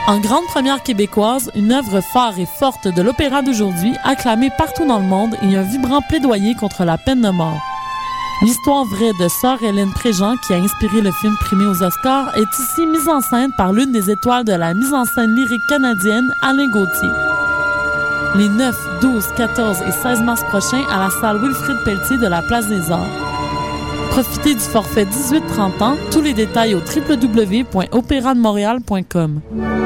En grande première québécoise, une œuvre phare et forte de l'opéra d'aujourd'hui, acclamée partout dans le monde, et un vibrant plaidoyer contre la peine de mort. L'histoire vraie de Sœur Hélène Préjean, qui a inspiré le film primé aux Oscars, est ici mise en scène par l'une des étoiles de la mise en scène lyrique canadienne, Alain Gauthier. Les 9, 12, 14 et 16 mars prochains à la salle Wilfrid Pelletier de la Place des Arts. Profitez du forfait 18-30 ans. Tous les détails au www.opérademontréal.com.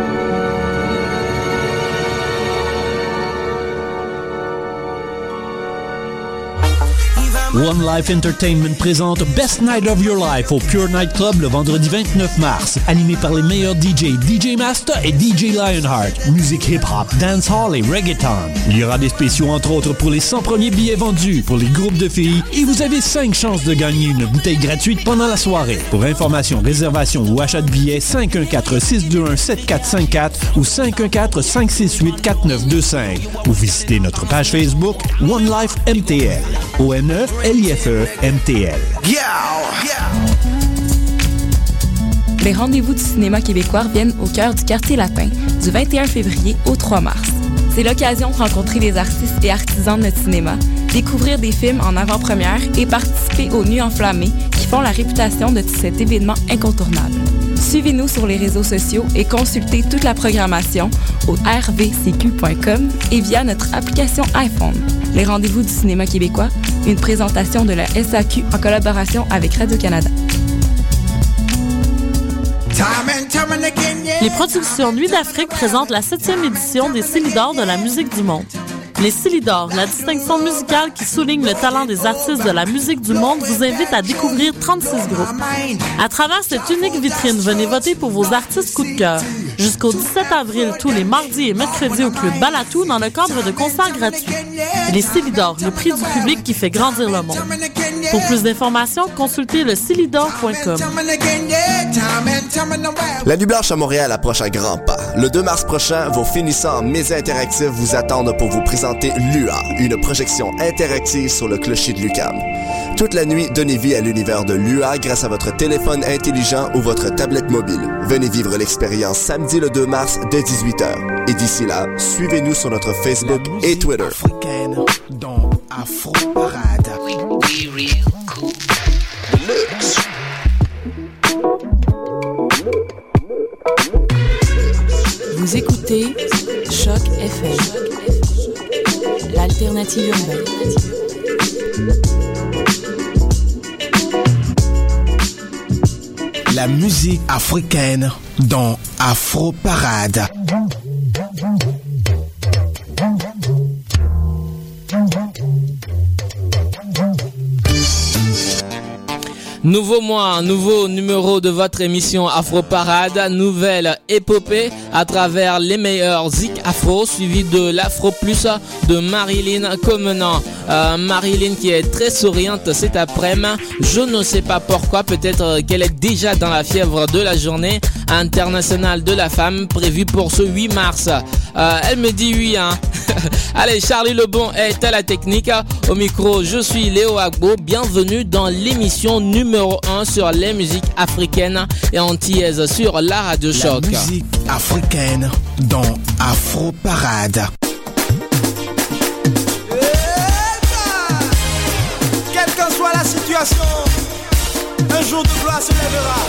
One Life Entertainment présente Best Night of Your Life au Pure Night Club le vendredi 29 mars. Animé par les meilleurs DJ, DJ Master et DJ Lionheart. Musique hip-hop, dancehall et reggaeton. Il y aura des spéciaux entre autres pour les 100 premiers billets vendus pour les groupes de filles et vous avez 5 chances de gagner une bouteille gratuite pendant la soirée. Pour information, réservation ou achat de billets, 514-621-7454 ou 514-568-4925. Ou visitez notre page Facebook One Life MTL. ONE-LIFE-MTL. Les rendez-vous du cinéma québécois viennent au cœur du Quartier Latin, du 21 février au 3 mars. C'est l'occasion de rencontrer des artistes et artisans de notre cinéma, découvrir des films en avant-première et participer aux Nuits enflammées qui font la réputation de cet événement incontournable. Suivez-nous sur les réseaux sociaux et consultez toute la programmation au rvcq.com et via notre application iPhone. Les rendez-vous du cinéma québécois, une présentation de la SAQ en collaboration avec Radio-Canada. Les productions Nuit d'Afrique présentent la 7e édition des Célidors de la musique du monde. Les Célidors, la distinction musicale qui souligne le talent des artistes de la musique du monde, vous invite à découvrir 36 groupes. À travers cette unique vitrine, venez voter pour vos artistes coup de cœur. Jusqu'au 17 avril, tous les mardis et mercredis au Club Balatou dans le cadre de concerts gratuits. Les Célidors, le prix du public qui fait grandir le monde. Pour plus d'informations, consultez le celidor.com. La Nuit Blanche à Montréal approche à grands pas. Le 2 mars prochain, vos finissants médias interactifs vous attendent pour vous présenter LUA, une projection interactive sur le clocher de l'UQAM. Toute la nuit, donnez vie à l'univers de LUA grâce à votre téléphone intelligent ou votre tablette mobile. Venez vivre l'expérience samedi le 2 mars dès 18h. Et d'ici là, suivez-nous sur notre Facebook et Twitter. Africaine dans Afro Parade. Vous écoutez Choc FM, l'alternative urbaine. La musique africaine dans Afro Parade. Nouveau mois, nouveau numéro de votre émission Afro Parade, nouvelle épopée à travers les meilleurs zik afro, suivi de l'Afro Plus de Marilyn Comenant. Marilyn qui est très souriante cet après-midi, je ne sais pas pourquoi, peut-être qu'elle est déjà dans la fièvre de la journée internationale de la femme prévue pour ce 8 mars. Elle me dit oui, hein. Allez, Charlie Lebon est à la technique. Au micro, je suis Léo Agbo. Bienvenue dans l'émission numéro 1 sur les musiques africaines et antillaises sur la Radio Choc. La musique africaine dans Afro Parade. Quelle qu'en soit la situation, un jour de gloire se lèvera.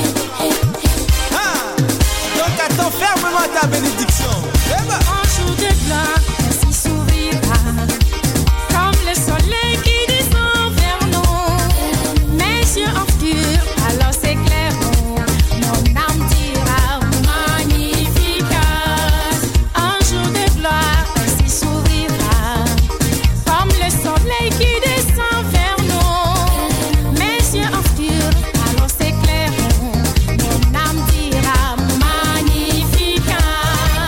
Donc attends fermement ta bénédiction. Un jour de gloire ainsi s'ouvrira, comme le soleil qui descend vers nous. Mes yeux obscurs alors s'éclaireront, mon âme dira magnificat. Un jour de gloire ainsi s'ouvrira, comme le soleil qui descend vers nous. Mes yeux obscurs alors s'éclaireront, mon âme dira magnificat.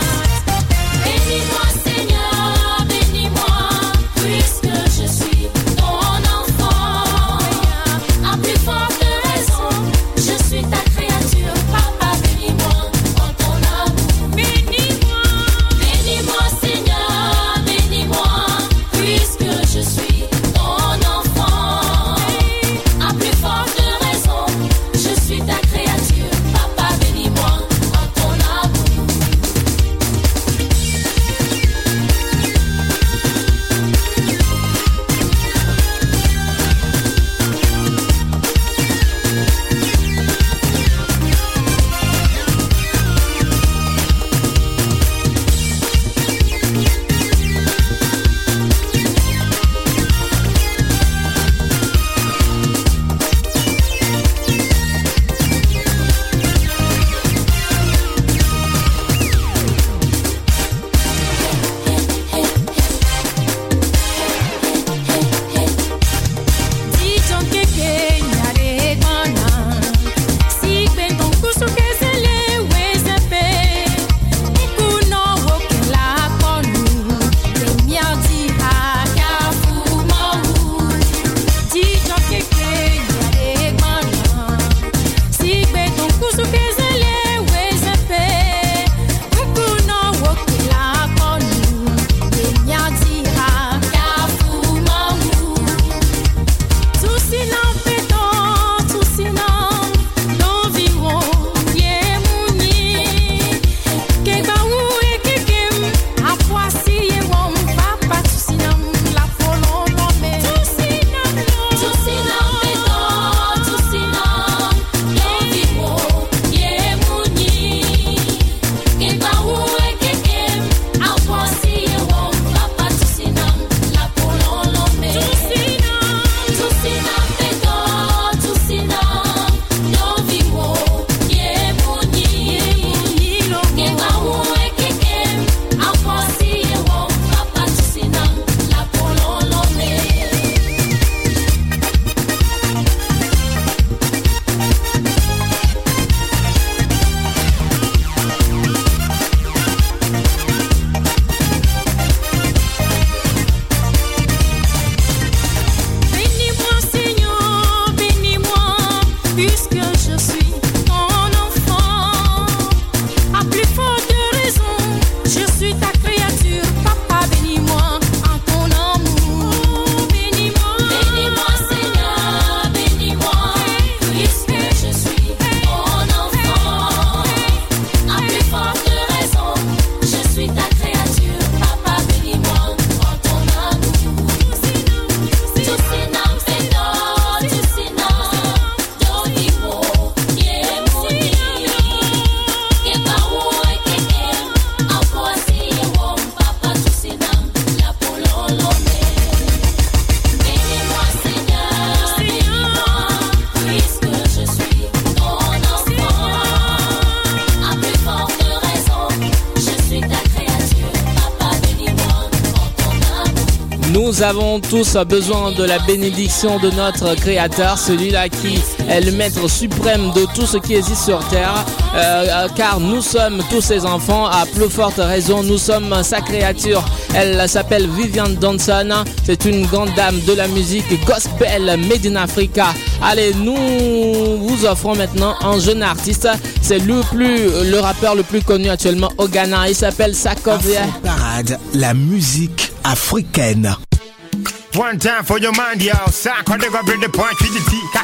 Nous avons tous besoin de la bénédiction de notre Créateur, celui-là qui est le maître suprême de tout ce qui existe sur terre, car nous sommes tous ses enfants. À plus forte raison, nous sommes sa créature. Elle s'appelle Vivian Johnson. C'est une grande dame de la musique gospel made in Africa. Allez, nous vous offrons maintenant un jeune artiste. C'est le rappeur le plus connu actuellement au Ghana. Il s'appelle Sarkodie. Parade, la musique africaine. One time for your mind, yo. Sarkodie go bring the point with the tea.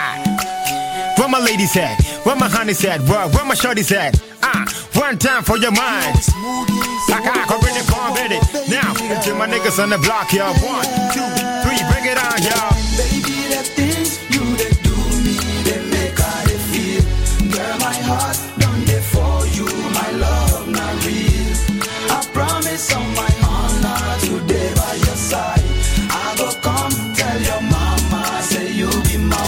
Where my ladies at? Where my honey's at? Where my shorty's at? One time for your mind. Go bring the point, baby. Now, to my niggas on the block, yo. 1, 2, 3, bring it on, yo. Baby, the things you they do me, they make how they feel. Girl, my heart done there for you, my love not real. I promise on my honor today by your side. I go come tell your mama, say you be my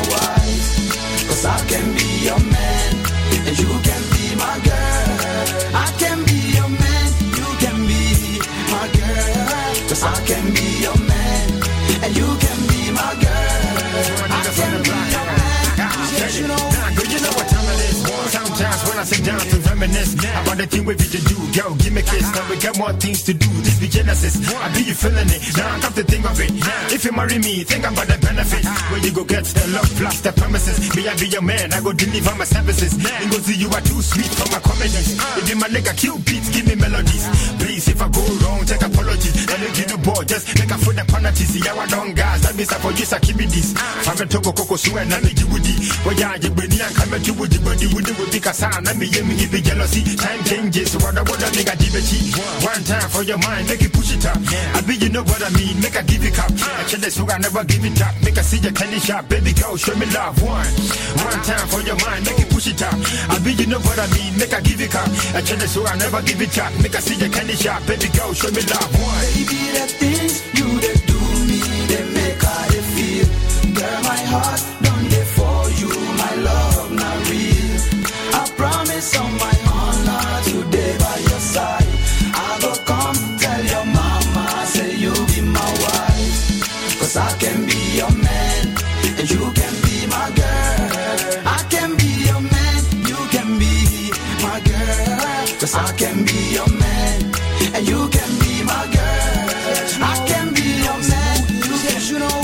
wife. Cause I can be your man, and you can be my girl. I can be your man, you can be my girl. Cause I can be your man, and you can be my girl. I can be your man. You know what time it is. Sometimes when I sit down to reminisce about the thing we need to do, girl, give me a kiss. Now we got more things to do. This be Genesis. I be you feeling it. Now I come to think of it. If you marry me, think about the benefits. Where you go get the love plus the promises. Me, I be your man. I go deliver my services. And go see you are too sweet for my comedies. If you my nigga cute beats, give me melodies. Please, if I go wrong, take apologies. And look you the boy, just make a foot and penalty. See how I don't guys. That means I for you, I keep it this. From the Togo Coco Sue and I make you woody. Well, yeah, you bring me and come to woody, but you would be a sign. Let me hear me if the jealousy. Time changes, so what I want to make a DBT. One time for your mind, make it push it up. I be, you know what I mean, make a give it up. I tell this, so I never give it up. Make a see your candy shop, baby girl, show me love. One time for your mind, make it push it up. I be, you know what I mean, make a give it up. I tell this, so I never give it up. Make a see your candy shop, baby girl, show me love. Baby, the things you they do me, they make how they feel. Girl, my heart done there for you, my love not real. I promise on my honor today by your side. I go come tell your mama, say you be my wife. Cause I can be your man, and you can be my girl. I can be your man, you can be my girl. Cause I can be your man, and you can be my girl. I can be your man, you know.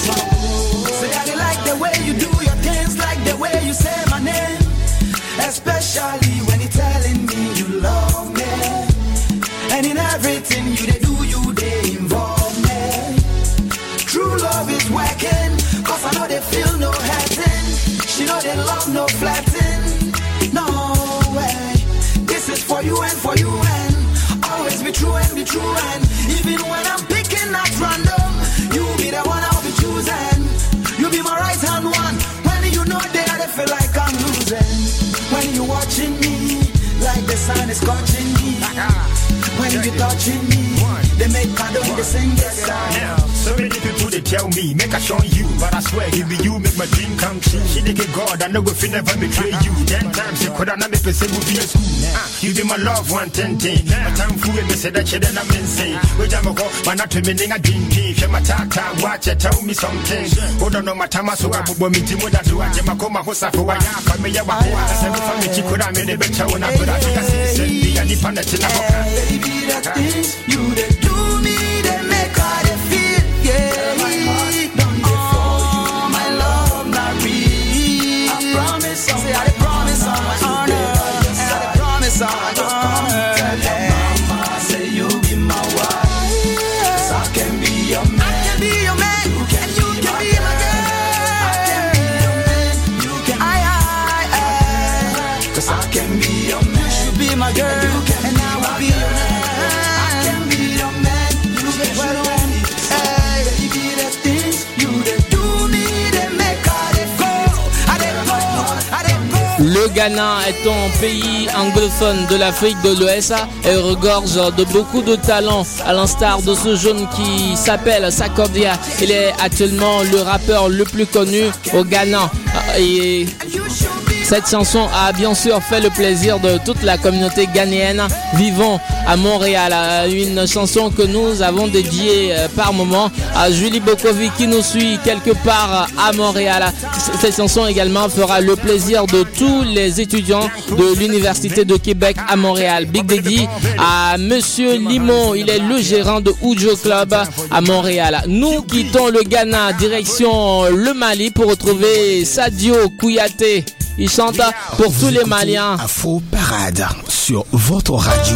Say I like the way you do your things, like the way you say my name. Especially when you're telling me you love me. And in everything you they do, you they involve me. True love is working, cause I know they feel no hurting. She know they love no flatting. No way. This is for you and for you and always be true and be true. And even when I'm picking at random, you be the one I'll be choosing. You be my right hand one. When you know that I feel like I'm losing. When you watching me, like the sun is scorching me. When you touching me, they make pardon, they sing this song. So many people they tell me, make a show you, but I swear it be you make my dream come true. She nigga God, I know if you never betray you. 10 times you could not make me say we'll be a school. You be my love 110. My time fool me say that shit and I'm insane. Which I'm a go, but not to me a dream team. She my tata, watch it, tell me something. Hold on, no my time so I will me to what I do. I just call my host for why I for me. I said for me, she could have made a better when I put out the city and the planet in a Baby, the things you they do me, they make how they feel. Yeah, my heart done there for you, my love not real. I promise on, say I promise on my honor, and I promise on my honor. Tell your mama, say you be my wife. Cause I can be your man. I can be your man, you can be my girl. I can be your man, you can be my girl. Cause I can be your man, you should be my girl, and I will be your man. Le Ghana est un pays anglophone de l'Afrique de l'Ouest et regorge de beaucoup de talents, à l'instar de ce jeune qui s'appelle Sarkodie. Il est actuellement le rappeur le plus connu au Ghana. Et Cette chanson a bien sûr fait le plaisir de toute la communauté ghanéenne vivant à Montréal. Une chanson que nous avons dédiée par moment à Julie Bokovi qui nous suit quelque part à Montréal. Cette chanson également fera le plaisir de tous les étudiants de l'Université de Québec à Montréal. Big Daddy à Monsieur Limon, il est le gérant de Ujo Club à Montréal. Nous quittons le Ghana, direction le Mali pour retrouver Sadio Kouyaté. Il chante pour tous les Maliens. Afro Parade sur votre radio.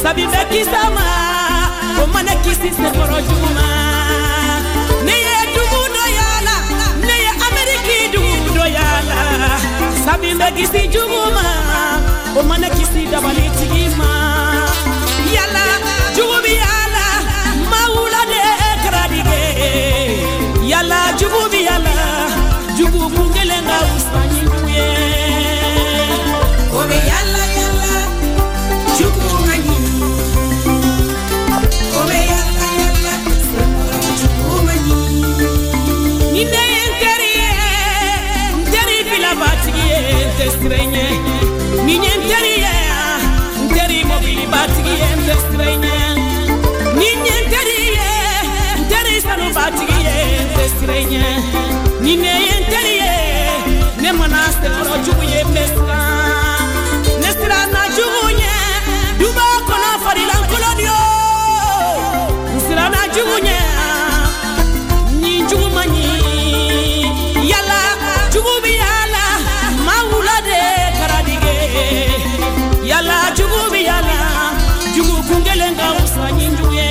sabi beki sama o mana kisi se koro juma ne ye dugu do yala ne ye Ameriki dugu do yala sabi beki si juma o mana kisi dabali tigima yala jugu bi yala maula de kradige yala jugu bi yala jugu kungelenga usani duye obe yala yala jugu ngani obe yala yala jugu ngani nine enteri fila batiye testrenye nine enteri mobili batiye testrenye nine enteri sanu batiye testrenye nine enteri ne manaste ro jugu ye mesra nesra na jugu nye duba kono farila kolodio nesra na jugu nye ni jugu mani yala jugu bi yala maula de karadige yala jugu bi yala jugu kungelenga usanyi nduye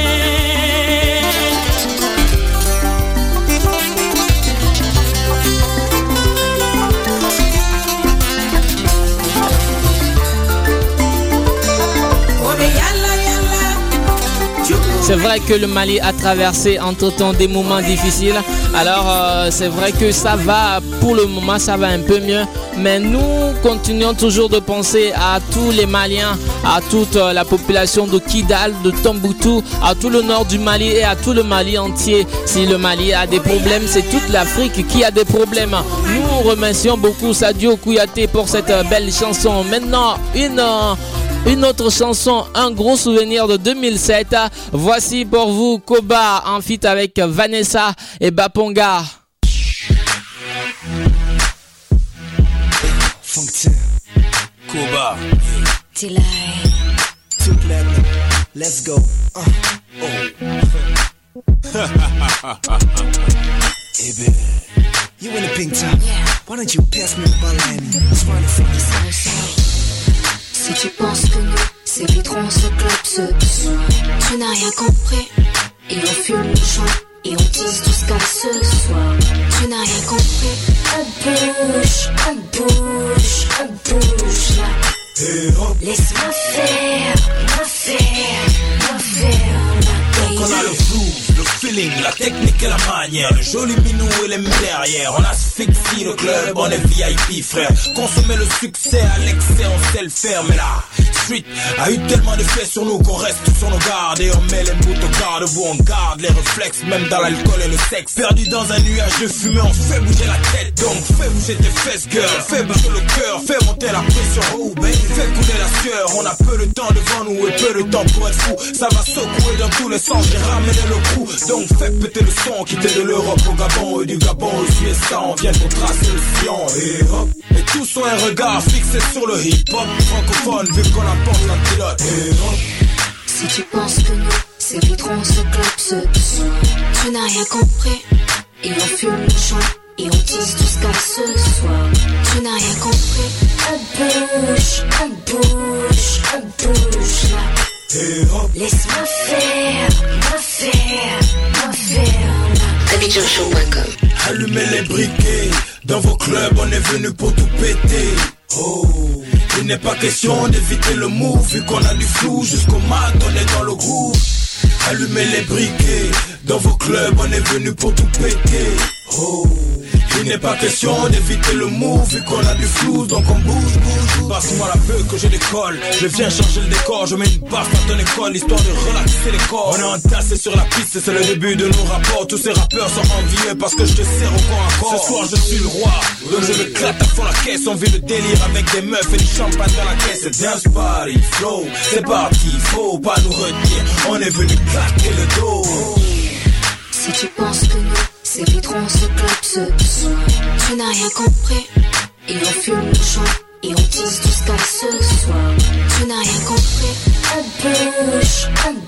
C'est vrai que le Mali a traversé entre-temps des moments difficiles. Alors c'est vrai que ça va, pour le moment ça va un peu mieux. Mais nous continuons toujours de penser à tous les Maliens, à toute la population de Kidal, de Tombouctou, à tout le nord du Mali et à tout le Mali entier. Si le Mali a des problèmes, c'est toute l'Afrique qui a des problèmes. Nous remercions beaucoup Sadio Kouyaté pour cette belle chanson. Maintenant, une autre chanson, un gros souvenir de 2007. Voici pour vous Koba en feat avec Vanessa et Baponga. Function Koba Tilay Let's go Hey baby, you in the pink top. Yeah. Why don't you pass me the balani? It's fine to find Si tu penses que nous, ces vitrons se clopent ce soir, tu n'as rien compris. Et on fume le joint et on tisse jusqu'à ce soir. Tu n'as rien compris. On bouge là. Laisse-moi faire On a le groove, le feeling, la technique et la manière. Le joli minou et les derrière. On asphyxie le club, on est VIP frère. Consommer le succès à l'excès, on sait le faire. Mais là, Street a eu tellement d'effets sur nous qu'on reste tous sur nos gardes. Et on met les bouts au garde-vous, on garde les réflexes, même dans l'alcool et le sexe. Perdu dans un nuage de fumée, on fait bouger la tête. Donc fais bouger tes fesses, girl. Fais bouger le cœur, fais monter la pression. Oh baby, fais couler la sueur. On a peu de temps devant nous et peu de temps pour être fou. Ça va secouer dans tous les sens, j'ai ramené le coup. Donc fais péter le son, quitter de l'Europe au Gabon. Et du Gabon aux USA, on vient pour tracer le sillon. Et hop, et tous ont un regard fixé sur le hip-hop francophone, vu qu'on apporte l'antidote. Et hop. Si tu penses que nous, ces vitrons se clopent ce soir, tu n'as rien compris. Et on fume le joint et on tisse jusqu'à ce soir. Tu n'as rien compris. On bouge là. Laisse-moi faire AbidjanShow.com. Allumez les briquets, dans vos clubs on est venu pour tout péter. Oh, il n'est pas question d'éviter le move, vu qu'on a du flou jusqu'au mat, on est dans le groove. Allumez les briquets, dans vos clubs on est venu pour tout péter. Oh, il n'est pas question d'éviter le move, vu qu'on a du flou, donc on bouge. Passe-moi la peu que je décolle, je viens changer le décor, je mets une baffe à ton école, histoire de relaxer les corps. On est entassé sur la piste, c'est le début de nos rapports. Tous ces rappeurs sont envieux parce que je te serre au corps à corps. Ce soir je suis le roi, donc je m'éclate à fond la caisse. On vit le délire avec des meufs et du champagne dans la caisse. C'est dance party, flow, c'est parti, faut pas nous retenir. On est venu claquer le dos. Si tu penses que nous, ces vitrons se clopent ce soir, tu n'as rien compris. Et on fume le joint et on tisse jusqu'à ce soir. Tu n'as rien compris. On bouge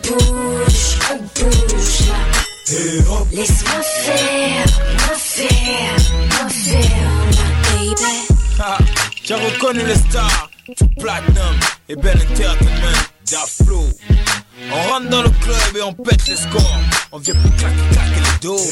là. Laisse-moi faire baby. J'ai reconnu les stars, tout platinum et bel entertainment. d'Aflo. On rentre dans le club et on pète les scores. On vient plus claquer les dos.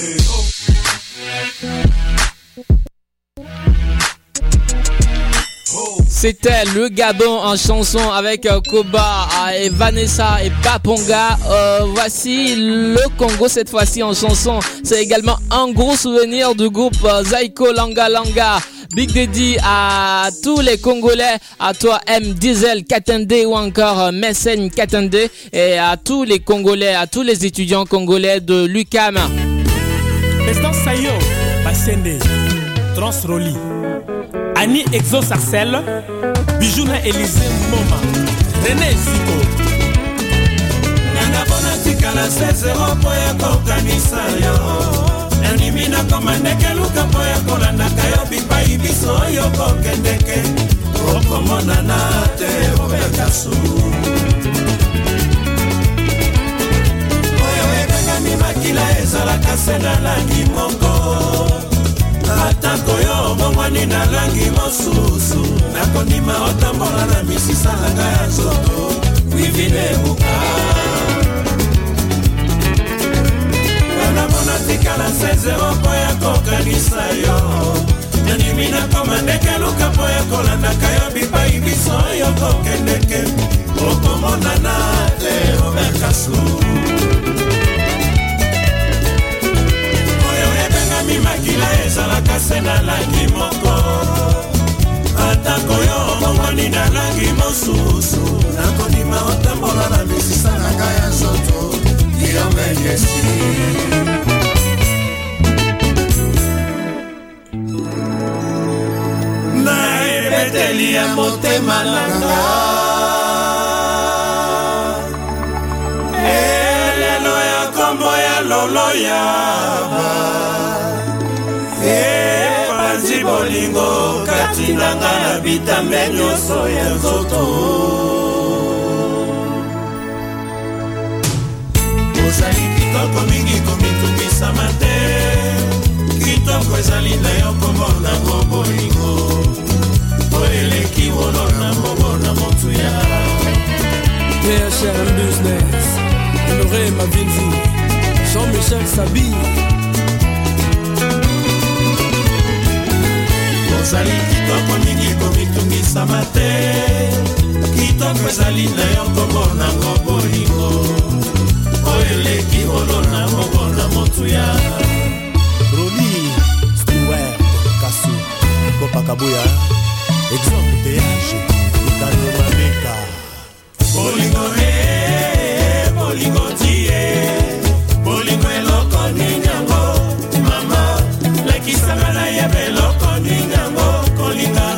C'était le Gabon en chanson avec Koba et Vanessa et Baponga. Voici le Congo cette fois-ci en chanson. C'est également un gros souvenir du groupe Zaiko Langa Langa. Big Daddy à tous les Congolais, à toi M Diesel Katende ou encore Messen Katende, et à tous les Congolais, à tous les étudiants congolais de l'UQAM. Président Sayo, Bassende, Transroli, Annie Exo Sarcel, Bijouna Élysée Moma, René Siko. Nanga bona tikala 16 po ya kokanisa yo. Nanimina komandeke luka po ya kolandaka yo bipai biso yo kokendeke. Okomonana te obekasu. Oyo ebengami makila ezalaka se na langi moko. Atako yo mongwani na langi mosusu. Nakondima otambola na misisa nanga ya nzoto. Wivine buka. Mona tikala 16 po ya kokanisa yo. Nanimina komandeke luka po ya kolandaka yo bipai biso yo kokendeke. Okomonana te obekasu. Oyo ebengami makila ezalaka se na langi moko. Atako yo mongwani na langi mosusu. Nakondima otambola na misisa nanga ya nzoto. Na ebeteli ya motema nanga elelo ya kombo ya lolo yaba epanzi bolingo kati nanga na bitambe nyonso ya nzoto. Ozali kitoko mingi komitungisa te. Kitoko ezali na yo komona bobolingo. Oeleki wolona mobona motuya. PHR Business, Honoré Mavinzi, Jean-Michel Sabi. Ozali kitoko mingi komitungisa te. Kitoko ezali na yo komona bobolingo. Eleki olona mobona motuya. Roli, Stewart, Kasu, Kopakabuya, exemple péage, Ikano Mameka. Bolingo bolingo tie, bolingo eloko ninyango. Mama, lekisanga na yebe eloko ninyango, kolinga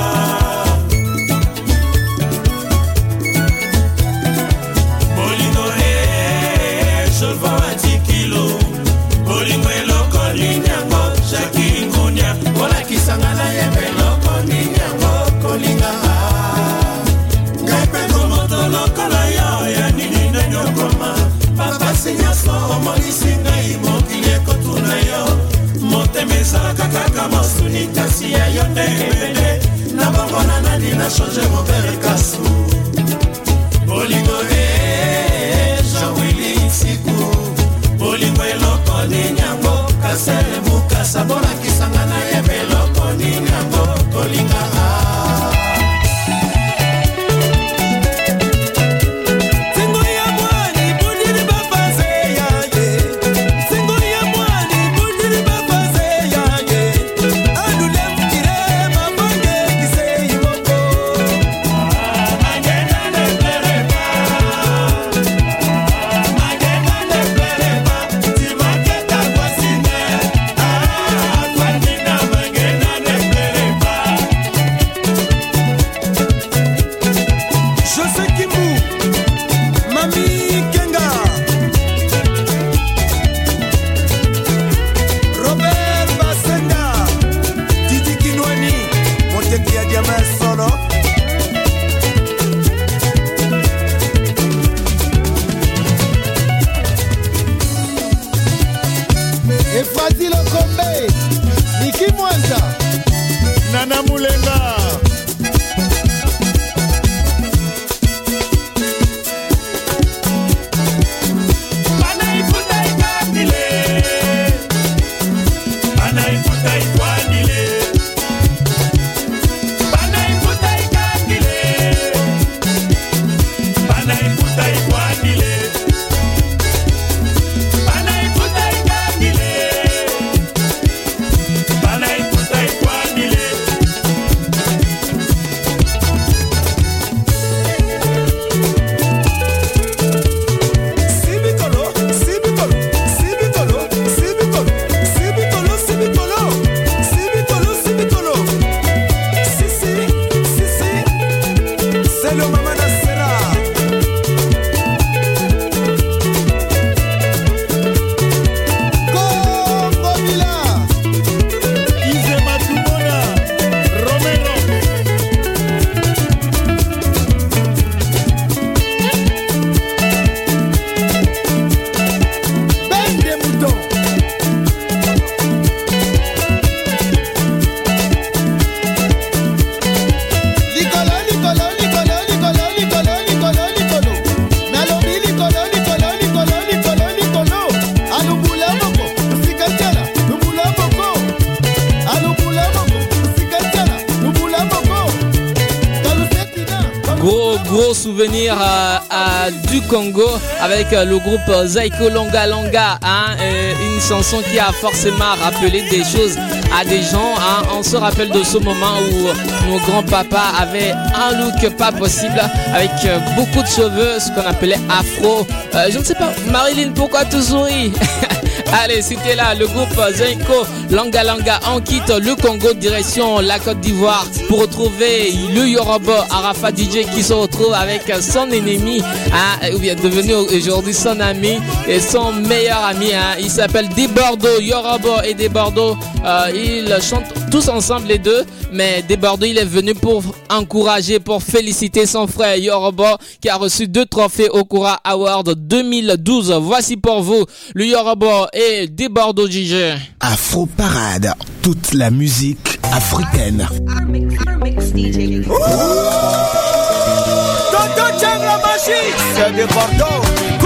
kaka mosuni kasi ya yo nde ebele na bongo na nani na change mobere kasu bolingo Jean-Willy Siku bolingo eloko ninyango kasele mukasa bona kisanga na yebe eloko ninyango kolinga beaux souvenirs du Congo avec le groupe Zaiko Longa Longa, hein, une chanson qui a forcément rappelé des choses à des gens, hein. On se rappelle de ce moment où nos grands-papas avaient un look pas possible avec beaucoup de cheveux, ce qu'on appelait afro. Je ne sais pas, Marilyn, pourquoi tu souris? Allez, c'était là le groupe Zaiko Longa Longa. On quitte le Congo direction la Côte d'Ivoire pour retrouver le Yoruba Arafa DJ qui se retrouve avec son ennemi, hein, ou bien devenu aujourd'hui son ami et son meilleur ami, hein. Il s'appelle Desbordeaux, Yoruba et Desbordeaux. Ils chantent tous ensemble les deux, mais Desbordeaux il est venu pour encourager, pour féliciter son frère Yoruba qui a reçu 2 trophées au Kora Award 2012. Voici pour vous le Yoruba et Desbordeaux DJ. Afro Parade, toute la musique africaine. C'est de Bordeaux.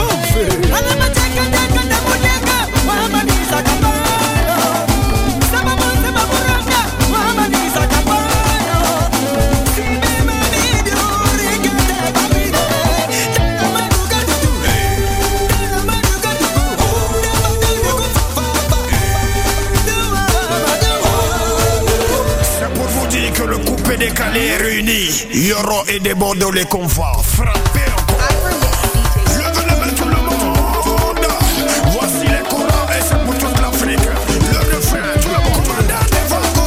Décalé réunis, Yoro et des Bordeaux les convois. Frappez encore. Levez la main tout le monde. Voici les courants et c'est pour toute l'Afrique. Le refrain, tout le monde. Commandant des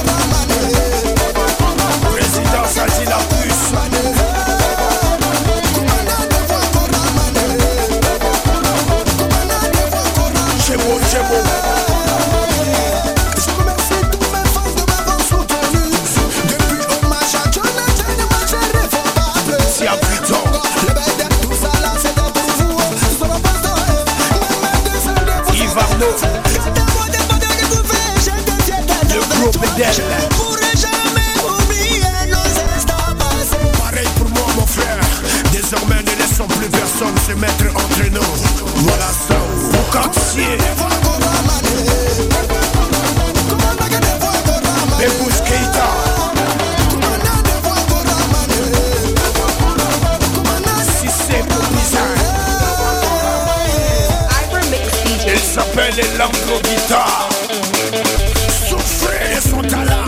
voix. Président Sati la puce. C'est beau, c'est beau. Pareil pour moi mon frère. Désormais ne laissons plus personne se mettre entre nous. Voilà ça, au quartier. Épouse Keita. Si c'est pour bizarre. Il s'appelle l'anglo guitare. Souffrez son talent.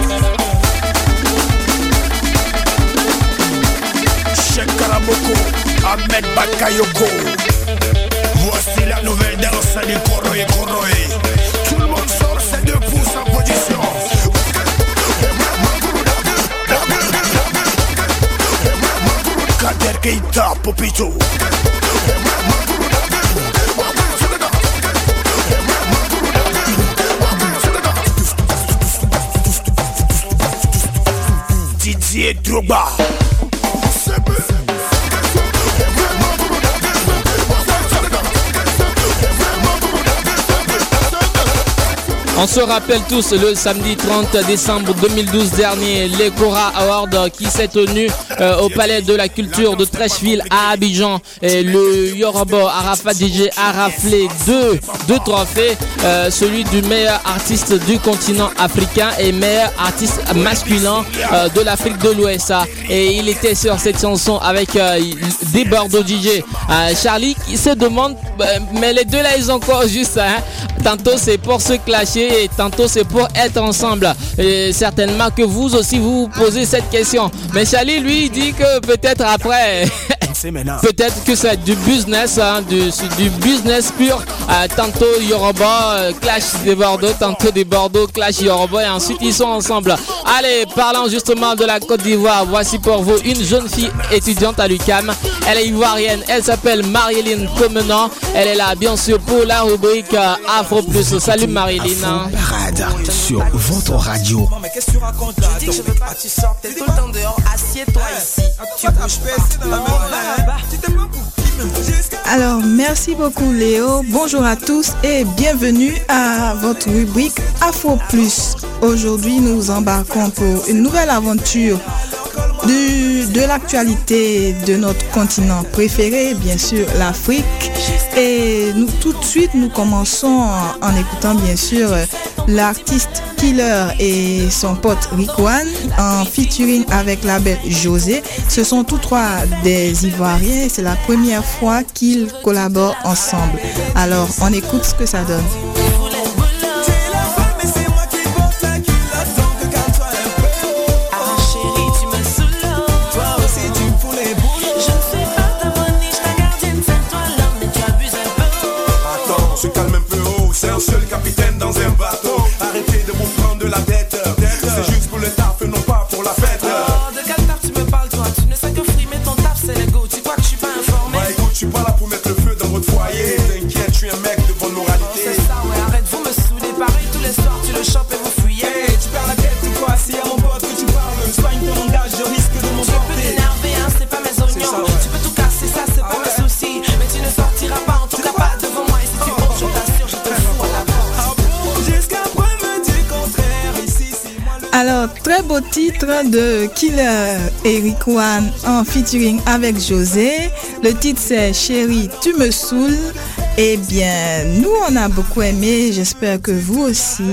Cheikh Karaboko, Ahmed Bakayoko. Voici la nouvelle danse du Koroé Koroé. Tout le monde sort ses 2 pouces en position. Kader Keita, Popito. Didier Drogba. On se rappelle tous le samedi 30 décembre 2012 dernier, les Kora Awards qui s'est tenu au Palais de la Culture de Trècheville à Abidjan. Et le Yoruba Arafa DJ a raflé deux trophées, celui du meilleur artiste du continent africain et meilleur artiste masculin de l'Afrique de l'Ouest. Et il était sur cette chanson avec Desbordeaux DJ. Charlie qui se demande, mais les deux là ils ont encore juste, hein, tantôt c'est pour se clasher et tantôt c'est pour être ensemble. Et certainement que vous aussi vous posez cette question. Mais Charlie lui il dit que peut-être après peut-être que c'est du business, hein, du business pur. Tantôt Yoruba clash Desbordeaux, tantôt Desbordeaux clash Yoruba et ensuite ils sont ensemble. Allez, parlons justement de la Côte d'Ivoire. Voici pour vous une jeune fille étudiante à l'UQAM. Elle est ivoirienne, elle s'appelle Marilyn Comenant. Elle est là bien sûr pour la rubrique Afro Plus. Salut Marilyn. Parade sur votre radio. Mais qu'est-ce que tu racontes là? Je dis que je veux pas que tu sortes, t'es tout le temps dehors, assieds-toi ici. Tu bouges pas. Alors, merci beaucoup Léo. Bonjour à tous et bienvenue à votre rubrique Afro Plus. Aujourd'hui, nous embarquons pour une nouvelle aventure du de l'actualité de notre continent préféré, bien sûr l'Afrique. Et nous, tout de suite, nous commençons en écoutant bien sûr l'artiste Killer et son pote Rickwan en featuring avec la belle José. Ce sont tous trois des Ivoiriens et c'est la première fois qu'ils collaborent ensemble. Alors on écoute ce que ça donne. Se calme un peu haut, c'est un seul capitaine dans un bateau. Arrêtez de vous prendre de la tête. C'est juste pour le taf et non pas pour la fête. Oh, de quel taf tu me parles toi? Tu ne sais que frimer ton taf c'est l'ego. Tu crois que je suis pas informé? Bah écoute, je suis pas là pour mettre le feu dans votre foyer. T'inquiète, je suis un mec de bonne moralité. Oh, c'est ça ouais, arrête, vous me saoulez. Pareil tous les soirs tu le chopes et vous fuyez. Hey, tu perds la tête ou quoi? Si à mon pote que tu parles, soigne ton langage, je risque de m'emporter. Tu peux t'énerver hein, c'est pas mes oignons ça, ouais. Tu peux tout casser, ça c'est pas mes soucis. Mais tu ne sortiras pas, en tout cas pas devant moi. Et si tu penses, je t'assure, je te fous à la porte. Alors, très beau titre de Killer et Rickwan en featuring avec José. Le titre c'est Chérie, tu me saoules. Eh bien, nous on a beaucoup aimé, j'espère que vous aussi.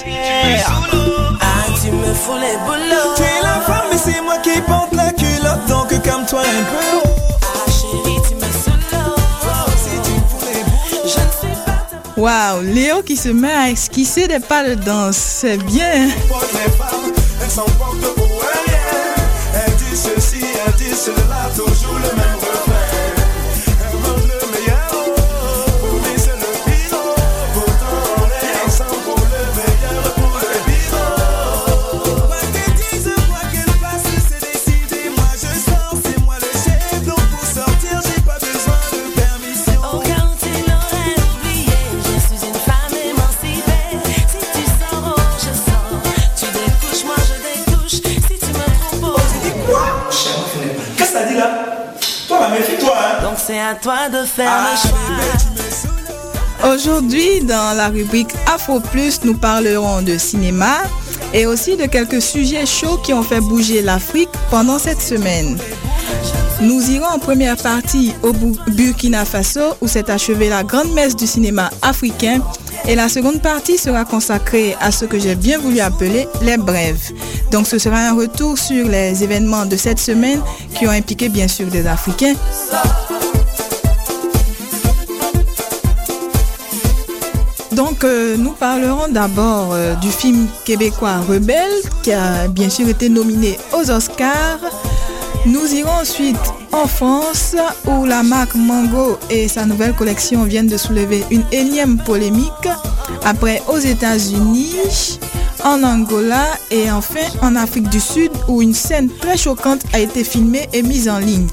Ah, tu me fous les boulots. Tu es la femme et c'est moi qui porte la culotte, donc calme-toi un peu. Ah, chérie, tu me saoules. Si tu me fous les boulots, je ne suis pas ta... Waouh, Léo qui se met à esquisser des pas de danse, c'est bien. Elle s'emporte pour rien. Elle dit ceci, elle dit cela, toujours le même refrain. Elle veut le meilleur, pour lui c'est le bidon. Pourtant on est ensemble pour le meilleur, pour le bidon. Quoi qu'elle dise, quoi qu'elle fasse, c'est décidé. Moi je sors, c'est moi le chef. Donc pour sortir, j'ai pas besoin de permission. Au cas où tu l'aurais oublié, je suis une femme émancipée. Si tu sors, oh je sors. Tu découches, moi je découche. Si tu me trompes, oh tu dis quoi? Qu'est-ce que t'as dit là? Toi la méfie-toi hein. Donc c'est à toi de faire le choix. Aujourd'hui, dans la rubrique Afro Plus, nous parlerons de cinéma et aussi de quelques sujets chauds qui ont fait bouger l'Afrique pendant cette semaine. Nous irons en première partie au Burkina Faso où s'est achevée la grande messe du cinéma africain et la seconde partie sera consacrée à ce que j'ai bien voulu appeler les brèves. Donc ce sera un retour sur les événements de cette semaine qui ont impliqué bien sûr des Africains. Donc nous parlerons d'abord du film québécois Rebelle qui a bien sûr été nominé aux Oscars. Nous irons ensuite en France où la marque Mango et sa nouvelle collection viennent de soulever une énième polémique. Après aux États-Unis, en Angola et enfin en Afrique du Sud où une scène très choquante a été filmée et mise en ligne.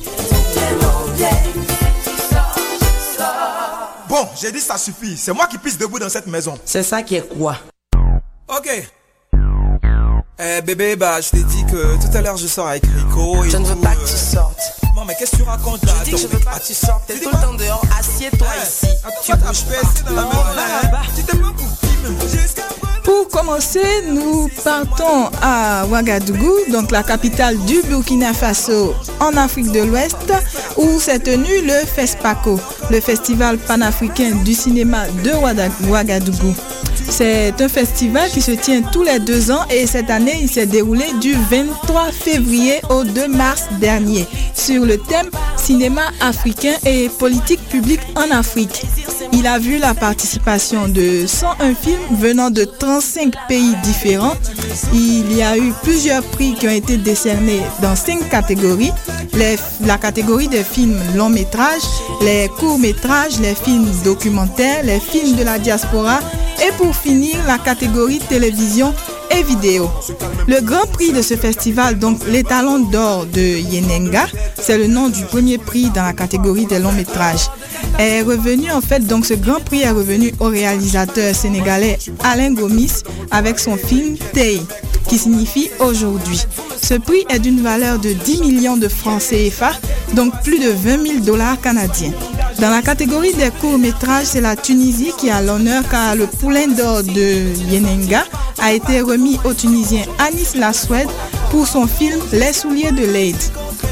Bon, j'ai dit ça suffit. C'est moi qui pisse debout dans cette maison. C'est ça qui est quoi? Ok. Bébé, bah je t'ai dit que tout à l'heure je sors avec Rico et je ne veux pas que tu sortes. Non mais qu'est-ce que tu racontes là? Je dis que je veux pas que tu sortes. T'es tout le temps dehors. Assieds-toi ici. Tu bouges pas dans la maison. Tu t'es pas Pour commencer, nous partons à Ouagadougou, donc la capitale du Burkina Faso en Afrique de l'Ouest, où s'est tenu le FESPACO, le Festival panafricain du cinéma de Ouagadougou. C'est un festival qui se tient tous les 2 ans et cette année, il s'est déroulé du 23 février au 2 mars dernier sur le thème cinéma africain et politique publique en Afrique. Il a vu la participation de 101 films venant de 35 pays différents. Il y a eu plusieurs prix qui ont été décernés dans 5 catégories. La catégorie des films longs métrages, les courts métrages, les films documentaires, les films de la diaspora et pour finir la catégorie télévision et vidéo. Le grand prix de ce festival, donc l'étalon d'or de Yenenga, c'est le nom du premier prix dans la catégorie des longs métrages, est revenu en fait, donc ce grand prix est revenu au réalisateur sénégalais Alain Gomis avec son film Tey, qui signifie aujourd'hui. Ce prix est d'une valeur de 10 millions de francs CFA, donc plus de 20 000 $ canadiens. Dans la catégorie des courts-métrages, c'est la Tunisie qui a l'honneur car le poulain d'or de Yenenga a été remis au Tunisien Anis Laswed pour son film Les souliers de Leyde.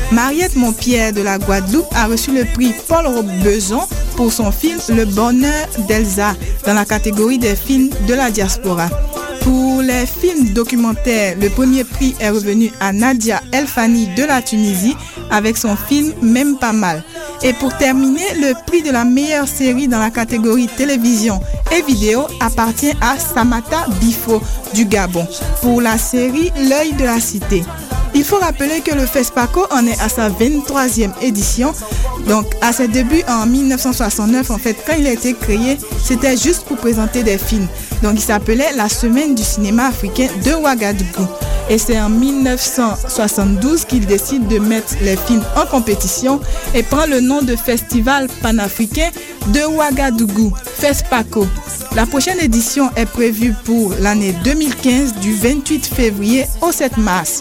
Mariette Montpierre de la Guadeloupe a reçu le prix Paul Robeson pour son film Le Bonheur d'Elsa dans la catégorie des films de la diaspora. Pour les films documentaires, le premier prix est revenu à Nadia Elfani de la Tunisie avec son film Même pas mal. Et pour terminer, le prix de la meilleure série dans la catégorie télévision et vidéo appartient à Samata Bifo du Gabon pour la série L'œil de la cité. Il faut rappeler que le FESPACO en est à sa 23e édition. Donc à ses débuts en 1969, en fait, quand il a été créé, c'était juste pour présenter des films. Donc il s'appelait la Semaine du cinéma africain de Ouagadougou. Et c'est en 1972 qu'il décide de mettre les films en compétition et prend le nom de Festival panafricain de Ouagadougou, FESPACO. La prochaine édition est prévue pour l'année 2015 du 28 février au 7 mars.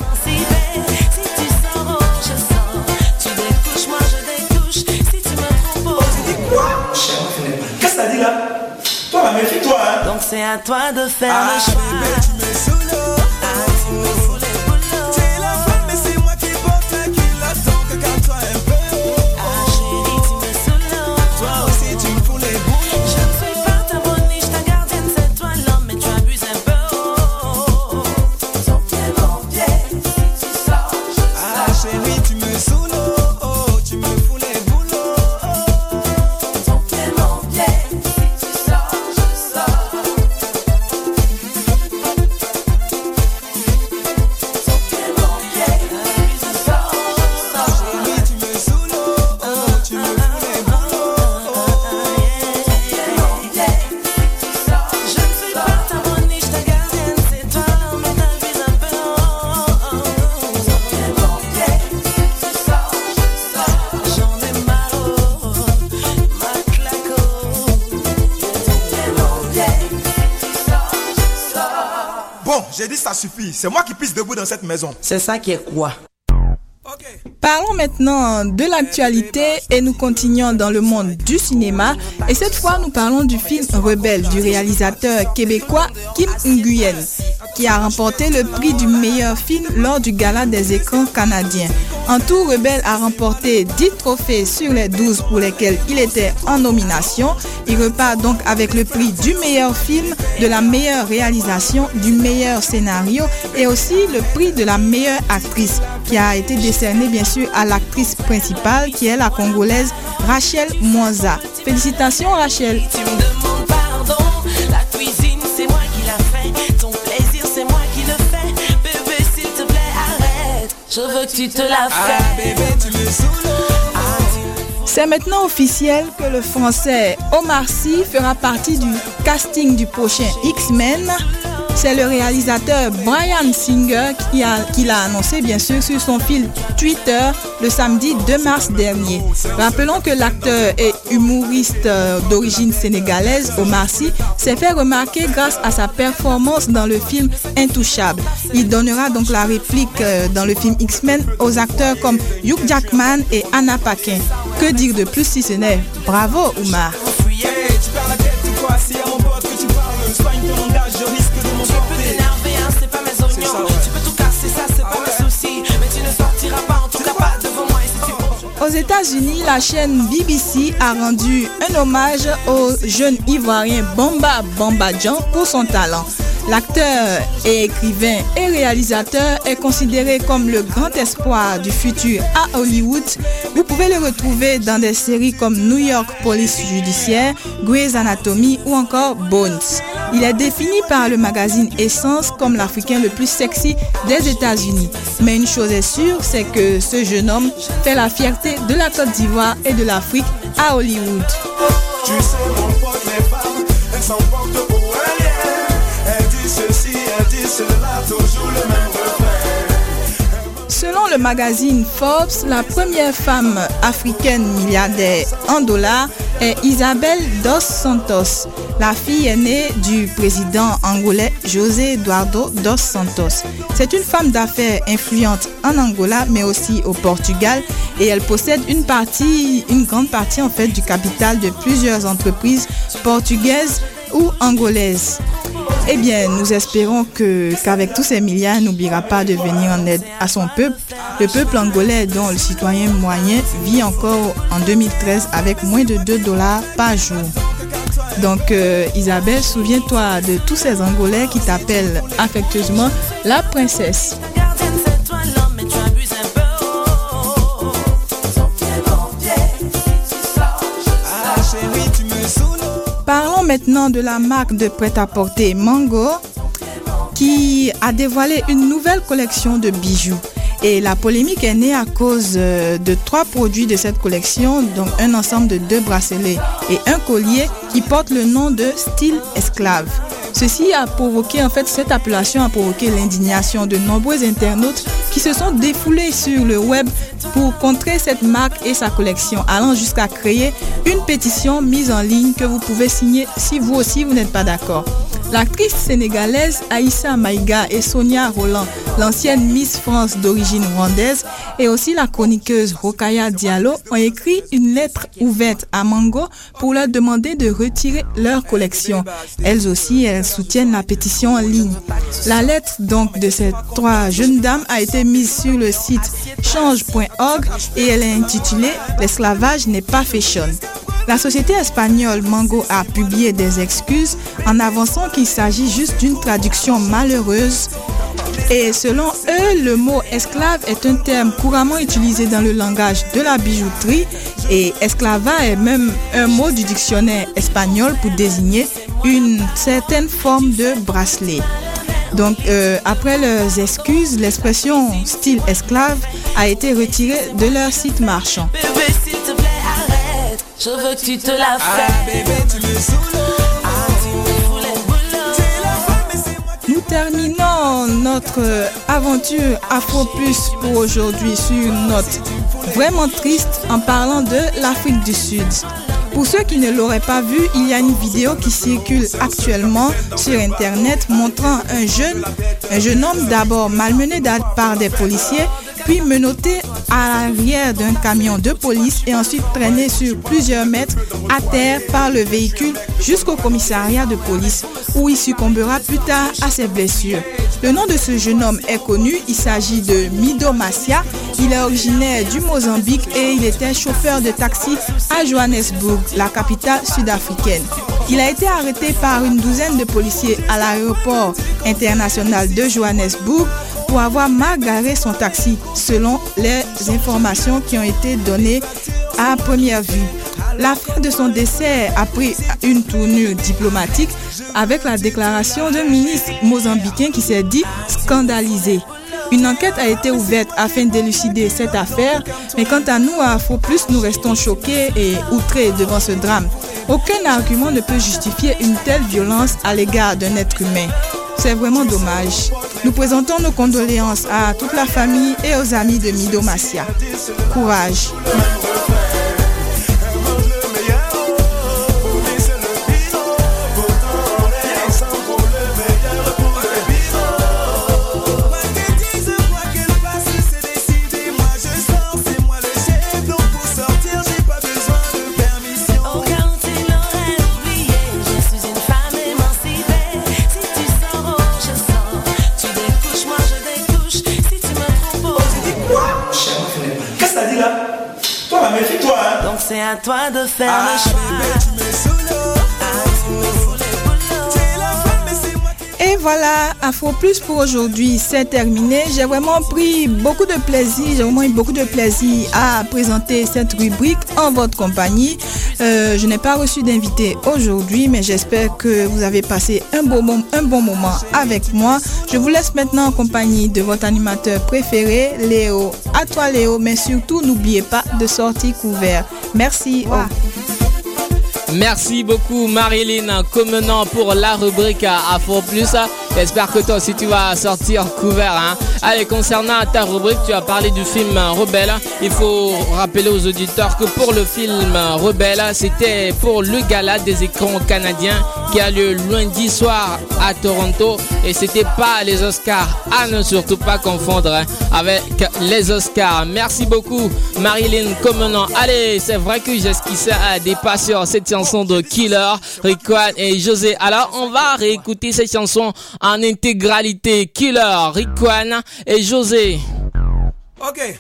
Qu'est-ce que t'as dit là? Toi, la méfie-toi, hein? Donc c'est à toi de faire le choix. Tu me saoules, tu me fous les boulots. T'es la femme, mais c'est moi qui porte la culotte. Donc calme-toi un peu. Chérie, tu me saoules. Toi aussi, tu me fous les boulots. Je ne suis pas ta boniche, ta gardienne, c'est toi l'homme, mais tu abuses un peu. Son pied, mon pied, si tu sors, je sors. Chérie, tu me saoules, tu me fous les boulots. Son pied, mon pied, si tu sors, je sors. Son pied, mon pied, si tu sors, je sors. Chérie, tu me saoules, tu me fous les boulots. Je ne suis pas ta boniche, ta gardienne, c'est toi l'homme, mais t'abuses un peu. Son pied, mon pied, si tu sors, je sors. J'en ai marre, ma claco. Son pied, mon pied, si tu sors, je sors. Bon, j'ai dit ça suffit. C'est moi qui pisse debout dans cette maison. C'est ça qui est quoi? Parlons maintenant de l'actualité et nous continuons dans le monde du cinéma. Et cette fois, nous parlons du film Rebelle du réalisateur québécois Kim Nguyen, qui a remporté le prix du meilleur film lors du gala des écrans canadiens. En tout, Rebelle a remporté 10 trophées sur les 12 pour lesquels il était en nomination. Il repart donc avec le prix du meilleur film, de la meilleure réalisation, du meilleur scénario et aussi le prix de la meilleure actrice, qui a été décerné bien sûr à l'actrice principale qui est la Congolaise Rachel Mwanza. Félicitations Rachel. Tu me demandes pardon, la cuisine c'est moi qui l'a fait, ton plaisir c'est moi qui le fais, bébé s'il te plaît arrête, je veux que tu te la fasses. Bébé, tu me saoules. C'est maintenant officiel que le français Omar Sy fera partie du casting du prochain X-Men. C'est le réalisateur Bryan Singer qui l'a annoncé bien sûr sur son fil Twitter le samedi 2 mars dernier. Rappelons que l'acteur et humoriste d'origine sénégalaise Omar Sy s'est fait remarquer grâce à sa performance dans le film Intouchable. Il donnera donc la réplique dans le film X-Men aux acteurs comme Hugh Jackman et Anna Paquin. Que dire de plus si ce n'est bravo Omar. Hey, tu perds la tête ou quoi? Si à mon pote que tu parles, soigne ton langage, je risque de Tu peux t'énerver, hein, c'est pas mes oignons. ça, ouais. Tu peux tout casser, ça c'est pas mes soucis. Mais tu ne sortiras pas, en tout cas pas devant moi. Et si tu Aux États-Unis, la chaîne BBC a rendu un hommage au jeune ivoirien Bamba Bambadjan pour son talent. L'acteur et écrivain et réalisateur est considéré comme le grand espoir du futur à Hollywood. Vous pouvez le retrouver dans des séries comme New York Police Judiciaire, Grey's Anatomy ou encore Bones. Il est défini par le magazine Essence comme l'Africain le plus sexy des États-Unis. Mais une chose est sûre, c'est que ce jeune homme fait la fierté de la Côte d'Ivoire et de l'Afrique à Hollywood. Tu sais mon pote, les femmes, elles s'emportent pour un lien. Elles disent ceci, elles disent cela, toujours le même refrain. Selon le magazine Forbes, la première femme africaine milliardaire en dollars est Isabel dos Santos. La fille aînée du président angolais José Eduardo dos Santos. C'est une femme d'affaires influente en Angola mais aussi au Portugal et elle possède une grande partie en fait du capital de plusieurs entreprises portugaises ou angolaises. Eh bien, nous espérons qu'avec tous ces milliards, elle n'oubliera pas de venir en aide à son peuple le peuple angolais dont le citoyen moyen vit encore en 2013 avec moins de $2 par jour. Donc Isabelle, souviens-toi de tous ces Angolais qui t'appellent affectueusement la princesse. Parlons maintenant de la marque de prêt-à-porter Mango qui a dévoilé une nouvelle collection de bijoux. Et la polémique est née à cause de 3 produits de cette collection, donc un ensemble de 2 bracelets et un collier qui porte le nom de style esclave. Ceci a provoqué, cette appellation a provoqué l'indignation de nombreux internautes qui se sont défoulés sur le web pour contrer cette marque et sa collection, allant jusqu'à créer une pétition mise en ligne que vous pouvez signer si vous aussi vous n'êtes pas d'accord. L'actrice sénégalaise Aïssa Maïga et Sonia Roland, l'ancienne Miss France d'origine rwandaise, et aussi la chroniqueuse Rokaya Diallo ont écrit une lettre ouverte à Mango pour leur demander de retirer leur collection. Elles aussi, elles soutiennent la pétition en ligne. La lettre donc de ces 3 jeunes dames a été mise sur le site change.org et elle est intitulée « L'esclavage n'est pas fashion ». La société espagnole Mango a publié des excuses en avançant qu'il s'agit juste d'une traduction malheureuse. Et selon eux, le mot esclave est un terme couramment utilisé dans le langage de la bijouterie et esclava est même un mot du dictionnaire espagnol pour désigner une certaine forme de bracelet. Donc, après leurs excuses, l'expression style esclave a été retirée de leur site marchand. Bébé, s'il te plaît, arrête. Je veux que tu te la fasses. Bébé, tu me saoules. Nous terminons notre aventure Afro Plus pour aujourd'hui sur une note vraiment triste en parlant de l'Afrique du Sud. Pour ceux qui ne l'auraient pas vu, il y a une vidéo qui circule actuellement sur Internet montrant un jeune homme d'abord malmené par des policiers, puis menotté à l'arrière d'un camion de police et ensuite traîné sur plusieurs mètres à terre par le véhicule jusqu'au commissariat de police où il succombera plus tard à ses blessures. Le nom de ce jeune homme est connu, il s'agit de Mido Massia, il est originaire du Mozambique et il était chauffeur de taxi à Johannesburg, la capitale sud-africaine. Il a été arrêté par une douzaine de policiers à l'aéroport international de Johannesburg pour avoir mal garé son taxi, selon les informations qui ont été données à première vue. L'affaire de son décès a pris une tournure diplomatique avec la déclaration d'un ministre mozambicain qui s'est dit scandalisé. Une enquête a été ouverte afin d'élucider cette affaire, mais quant à nous, à Afro Plus, nous restons choqués et outrés devant ce drame. Aucun argument ne peut justifier une telle violence à l'égard d'un être humain. C'est vraiment dommage. Nous présentons nos condoléances à toute la famille et aux amis de Mido Massia. Courage. Donc c'est à toi de faire le choix. Et voilà, Afro Plus pour aujourd'hui, c'est terminé. J'ai vraiment eu beaucoup de plaisir à présenter cette rubrique en votre compagnie. Je n'ai pas reçu d'invité aujourd'hui, mais j'espère que vous avez passé un bon moment avec moi. Je vous laisse maintenant en compagnie de votre animateur préféré, Léo. À toi Léo, mais surtout n'oubliez pas de sortir couvert. Merci. Wow. Merci beaucoup Marilyn, commentant pour la rubrique Afro Plus. J'espère que toi aussi tu vas sortir couvert. Allez, concernant ta rubrique, tu as parlé du film Rebelle. Il faut rappeler aux auditeurs que pour le film Rebelle, c'était pour le gala des écrans canadiens qui a lieu lundi soir à Toronto. Et c'était pas les Oscars, à ne surtout pas confondre avec les Oscars. Merci beaucoup Marilyn, commentant. Allez, c'est vrai que j'esquissais des pas sur cette chanson de Killer, Rickwan et José. Alors on va réécouter cette chanson en intégralité. Killer, Rickwan et José. Ok.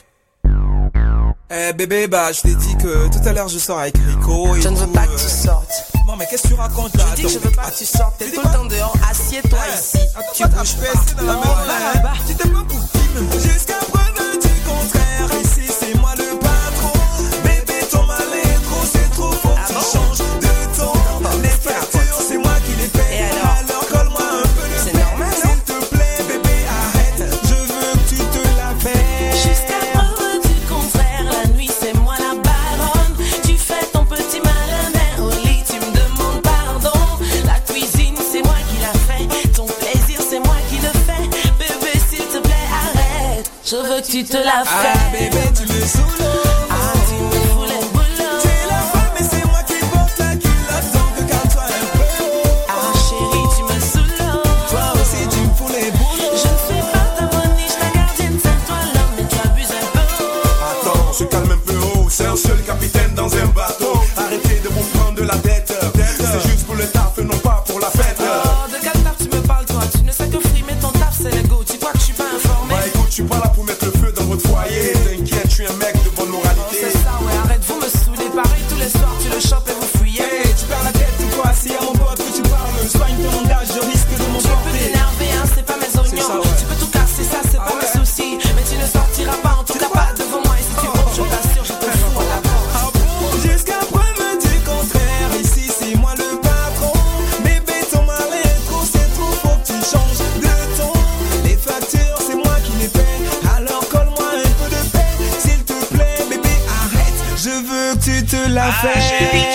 Bébé, bah je t'ai dit que tout à l'heure je sors avec Rico et Je ne veux pas que tu sortes. Non mais qu'est-ce que tu racontes là? Je dis que je veux pas que tu sortes. T'es tout le temps dehors. Assieds-toi ici. Tu bouges pas. Je dans la maison. Tu t'es pas pour jusqu'à preuve du contraire. Ici c'est moi le patron. Bébé ton mal est trop, c'est trop faut que tu changes de ton. Les factures c'est moi qui les paye. Alors colle-moi un peu le. C'est normal. S'il te plaît bébé arrête. Je veux que tu te la fasses. Jusqu'à preuve du contraire, la nuit c'est moi la baronne. Tu fais ton petit malin au lit, tu me demandes pardon. La cuisine c'est moi qui la fais, ton plaisir c'est moi qui le fais. Bébé s'il te plaît arrête, je veux que tu te la fasses. Ah bébé tu me saoules. Ah tu me fous les boulots. Tu es la femme mais c'est moi qui porte la culotte. Donc calme-toi un peu. Ah chérie tu me saoules. Toi aussi tu me fous les boulots. Je ne suis pas ta boniche, ta gardienne, c'est toi l'homme, mais tu abuses un peu. Attends, se calme un peu haut, c'est un seul capitaine dans un bateau. Arrêtez de vous prendre de la tête. C'est juste pour le taf, non pas pour la fête. Oh, de quel taf tu me parles toi? Tu ne sais que frimer ton taf, c'est le go. Tu crois que je suis pas informé? Bah écoute, je suis pas là pour mettre le feu dans votre foyer. T'inquiète, je suis un mec de bonne Oh, moralité. c'est ça, ouais, arrête, vous me saoulez. Pareil, tous les soirs, tu le chopes et vous fuyez. Hey, tu perds la tête ou quoi? Si à mon pote que tu parles, soigne ton langage, je risque de Tu peux m'emporter. t'énerver, hein, c'est pas mes oignons. ça, ouais. Tu peux tout casser, ça, c'est pas mes soucis. Mais tu ne sortiras pas, en tout cas pas devant moi. Et si tu montes, je t'assure, je te fous à la porte. Ah bon? Jusqu'à preuve du contraire, ici c'est moi le patron. Bébé ton mal est trop, c'est trop, faut que tu changes de ton. Les factures c'est moi qui les paie, alors colle-moi un peu de paix. S'il te plaît bébé arrête, je veux que tu te la fasses.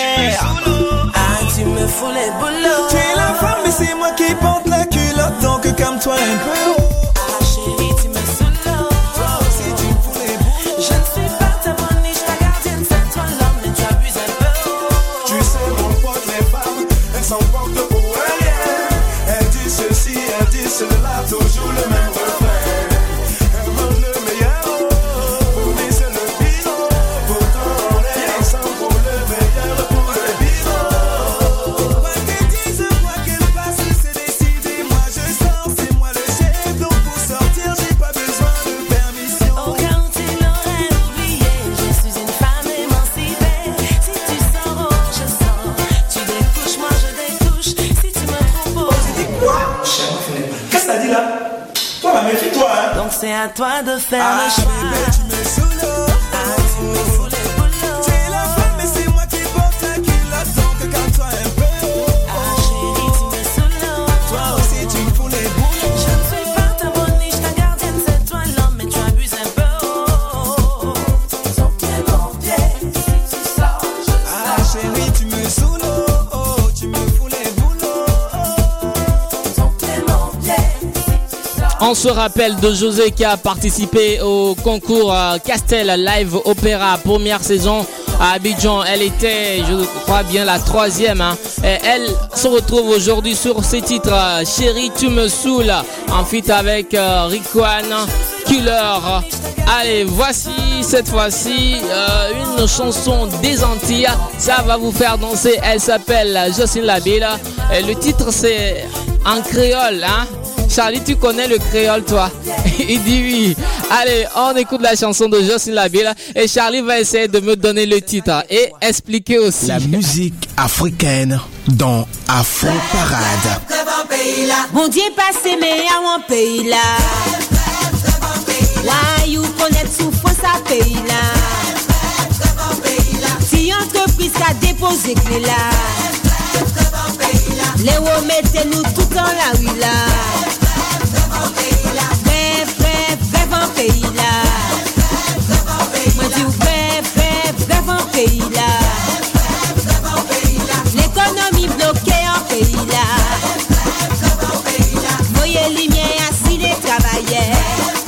Ah, tu me fous les boulots. Tu es la femme mais c'est moi qui porte la culotte, donc calme-toi un peu. Ah, chérie, tu me saoules. Toi aussi tu me fous les boulots. Je ne suis pas ta boniche, ta gardienne, c'est toi l'homme, mais tu abuses un peu. Tu sais, mon pote, les femmes, elles s'emportent pour rien. Elles disent ceci, elles disent cela, toujours le même refrain. Elles veulent le meilleur, pour lui c'est le bidon. Pourtant on est ensemble pour le meilleur, pour le bidon. Quoi qu'elles disent, quoi qu'elles fassent, c'est décidé. Moi je sors, c'est moi le chef, donc pour sortir j'ai pas besoin de permission. Au cas où tu l'aurais oublié, je suis une femme émancipée. Si tu sors, oh, je sors. Tu découches, moi je découche. Si tu me proposes, Qu'est-ce que t'as dit là? Toi, bah méfie-toi, hein. donc c'est à toi de faire Ah, le choix. bébé, tu me saoules. Ah, tu me fous les boulots. Tu es la femme, mais c'est moi qui porte la culotte, donc calme-toi un peu. Ah, chérie, tu me saoules. Toi aussi, tu me fous les boulots. Je ne suis pas ta boniche, ta gardienne, c'est toi l'homme, mais tu abuses un peu. Son pied, mon pied, si tu sors, je Ah, chérie, tu me saoules. Oh, oh, tu me fous les boulots. Son pied, mon pied, si tu sors. On se rappelle de José qui a participé au concours Castel Live Opéra première saison à Abidjan. Elle était, je crois bien, la 3e. Hein. Et elle se retrouve aujourd'hui sur ses titres Chérie, tu me saoules en feat avec Ricoan, Killer. Allez, voici cette fois-ci une chanson des Antilles. Ça va vous faire danser. Elle s'appelle Jocelyne Labille. Et le titre c'est en créole. Hein. Charlie, tu connais le créole, toi? Il dit oui. Allez, on écoute la chanson de Jocelyne Labille et Charlie va essayer de me donner le titre et expliquer aussi. La musique africaine dans Afro Parade. Bon Dieu passé mais à mon pays là. Why you connaître souffrance à pays là. Si entreprise a déposé clé là. Les remettez-nous tout dans la rue là. Bref en pays là. Moi dis bref en pays là. L'économie bloquée en pays là. Voyez lumière assis les travailleurs.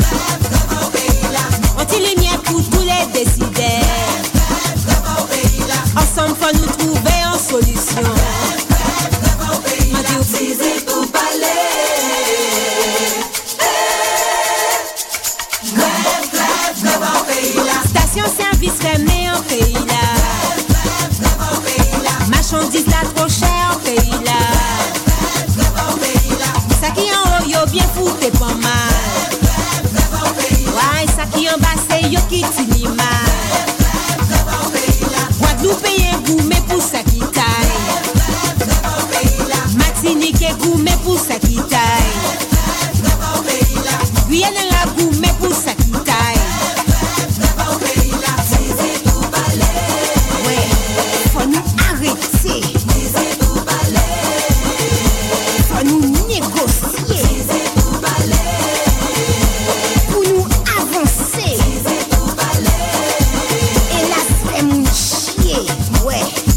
Anti-lumière pour tous les décideurs. Ensemble faut nous trouver en solution. Station service fermée en pays là. Marchandises là trop cher en pays là. Ça qui en haut yo bien fouté pas mal. Ouais, ça qui en bas c'est qui cinéma. Guadeloupe est gourmet pour sa qui taille. Martinique est gourmet pour sa qui taille. Guyane est gourmet pour sa qui taille. Ouais, faut nous arrêter. Faut nous négocier. Pour nous avancer. Et là, c'est mon chier. Ouais.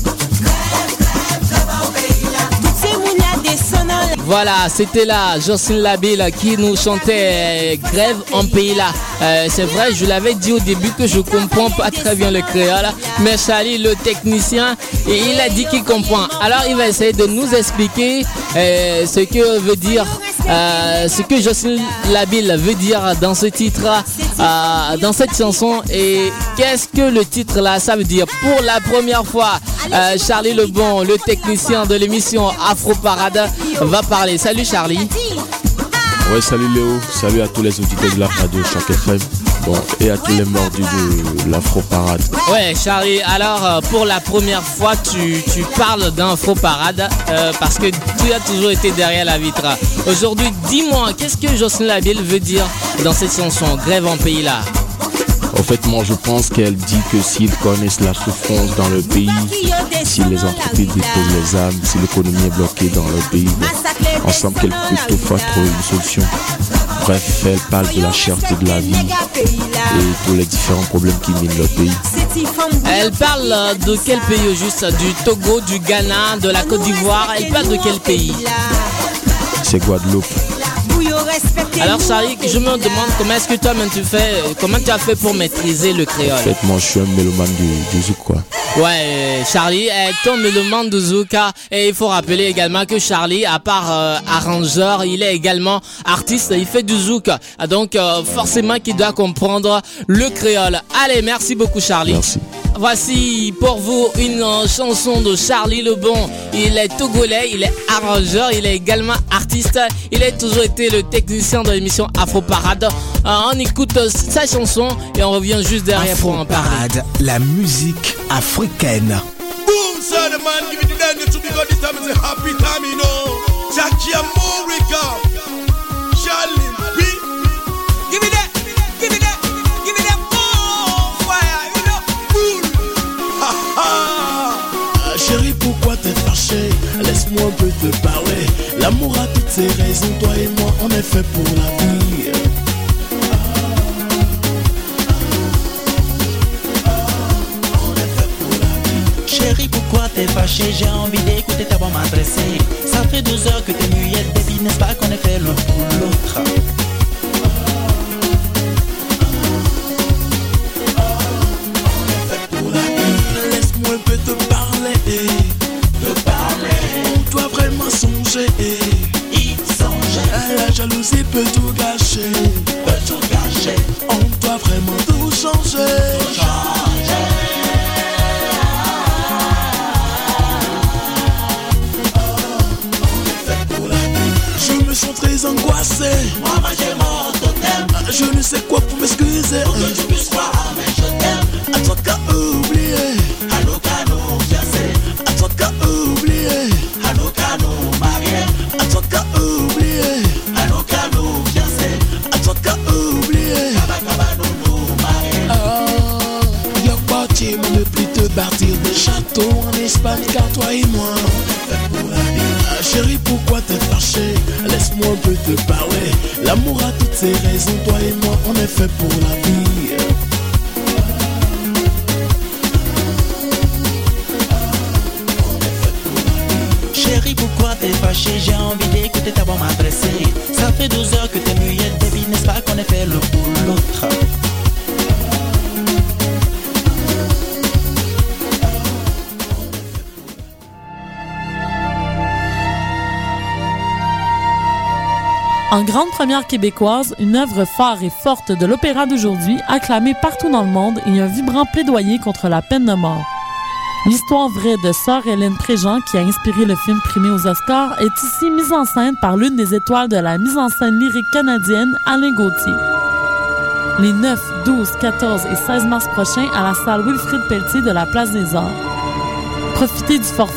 Toutes ces mounas descendant. Voilà, c'était là Jocelyne Labille qui nous chantait Grève en pays là. C'est vrai, je l'avais dit au début que je comprends pas très bien le créole, mais Charlie, le technicien, il a dit qu'il comprend. Alors il va essayer de nous expliquer ce que veut dire, ce que Jocelyne Labille veut dire dans ce titre, dans cette chanson, et qu'est-ce que le titre là, ça veut dire. Pour la première fois, Charlie Lebon, le technicien de l'émission Afro Parade, va parler. Salut Charlie. Ouais, salut Léo, salut à tous les auditeurs de la radio Choc FM, bon, et à tous les mordus de l'Afro Parade. Ouais Charlie, alors pour la première fois tu parles d'Afro Parade parce que tu as toujours été derrière la vitre. Aujourd'hui, dis-moi, qu'est-ce que Jocelyne Labille veut dire dans cette chanson Grève en pays là? En fait, moi je pense qu'elle dit que s'ils connaissent la souffrance dans le pays, si les entreprises déposent les armes, si l'économie est bloquée dans le pays, bon, ensemble qu'elle peut toutefois trouver une solution. Bref, elle parle de la cherté de la vie et tous les différents problèmes qui minent le pays. Elle parle de quel pays au juste? Du Togo, du Ghana, de la Côte d'Ivoire? Elle parle de quel pays? C'est Guadeloupe. Alors Charlie, je me demande comment est-ce que toi-même comment tu as fait pour maîtriser le créole? En fait, moi je suis un mélomane du zouk quoi. Ouais, Charlie est un mélomane de zouk, et il faut rappeler également que Charlie, à part arrangeur, il est également artiste, il fait du zouk, donc forcément qu'il doit comprendre le créole. Allez, merci beaucoup Charlie. Merci. Voici pour vous une chanson de Charlie Lebon. Il est togolais, il est arrangeur, il est également artiste. Il a toujours été le technicien de l'émission Afro Parade. On écoute sa chanson et on revient juste derrière pour en parler. Parade, la musique africaine. Boom, son the man, give it to them to because this time is a happy time, you know. Jackie America, Charlie B. Give me that, give me that, give me that fire, you know. Boom, ha ha. Chérie, pourquoi t'es fâché? Laisse-moi un peu te parler. L'amour a toutes ses raisons, toi et moi, on est fait pour la vie. Chérie, pourquoi t'es fâché? J'ai envie d'écouter ta voix m'adresser. Ça fait 2 heures que t'es muette, baby, n'est-ce pas qu'on est fait l'un pour l'autre? Laisse-moi un peu te parler. On doit vraiment songer. La jalousie peut tout gâcher. On doit vraiment tout changer. Je me sens très angoissé. Moi j'ai mon totem. Je ne sais quoi pour m'excuser. Pour que tu puisses croire, mais je t'aime. À toi qu'à oublier. Allô, cano, fiancé. À toi qu'à oublier. Allô, cano, marié. À toi qu'à oublier. Allô, cano, fiancé. À toi qu'à oublier. Kaba, nounou, marié. Oh, y'a pas tu ne plus te bâtir des châteaux en Espagne car toi et moi. Chérie, pourquoi t'es fâché? Laisse-moi un peu te parler. L'amour a toutes ses raisons, toi et moi, on est fait pour la vie. Chérie, pourquoi t'es fâché? J'ai envie d'écouter ta voix m'adresser. Ça fait 12 heures que t'es muette, baby, n'est-ce pas qu'on est fait l'un pour l'autre? En grande première québécoise, une œuvre phare et forte de l'opéra d'aujourd'hui, acclamée partout dans le monde, et un vibrant plaidoyer contre la peine de mort. L'histoire vraie de Sœur Hélène Préjean, qui a inspiré le film primé aux Oscars, est ici mise en scène par l'une des étoiles de la mise en scène lyrique canadienne, Alain Gauthier. les 9, 12, 14 et 16 mars prochains à la salle Wilfrid Pelletier de la Place des Arts. Profitez du forfait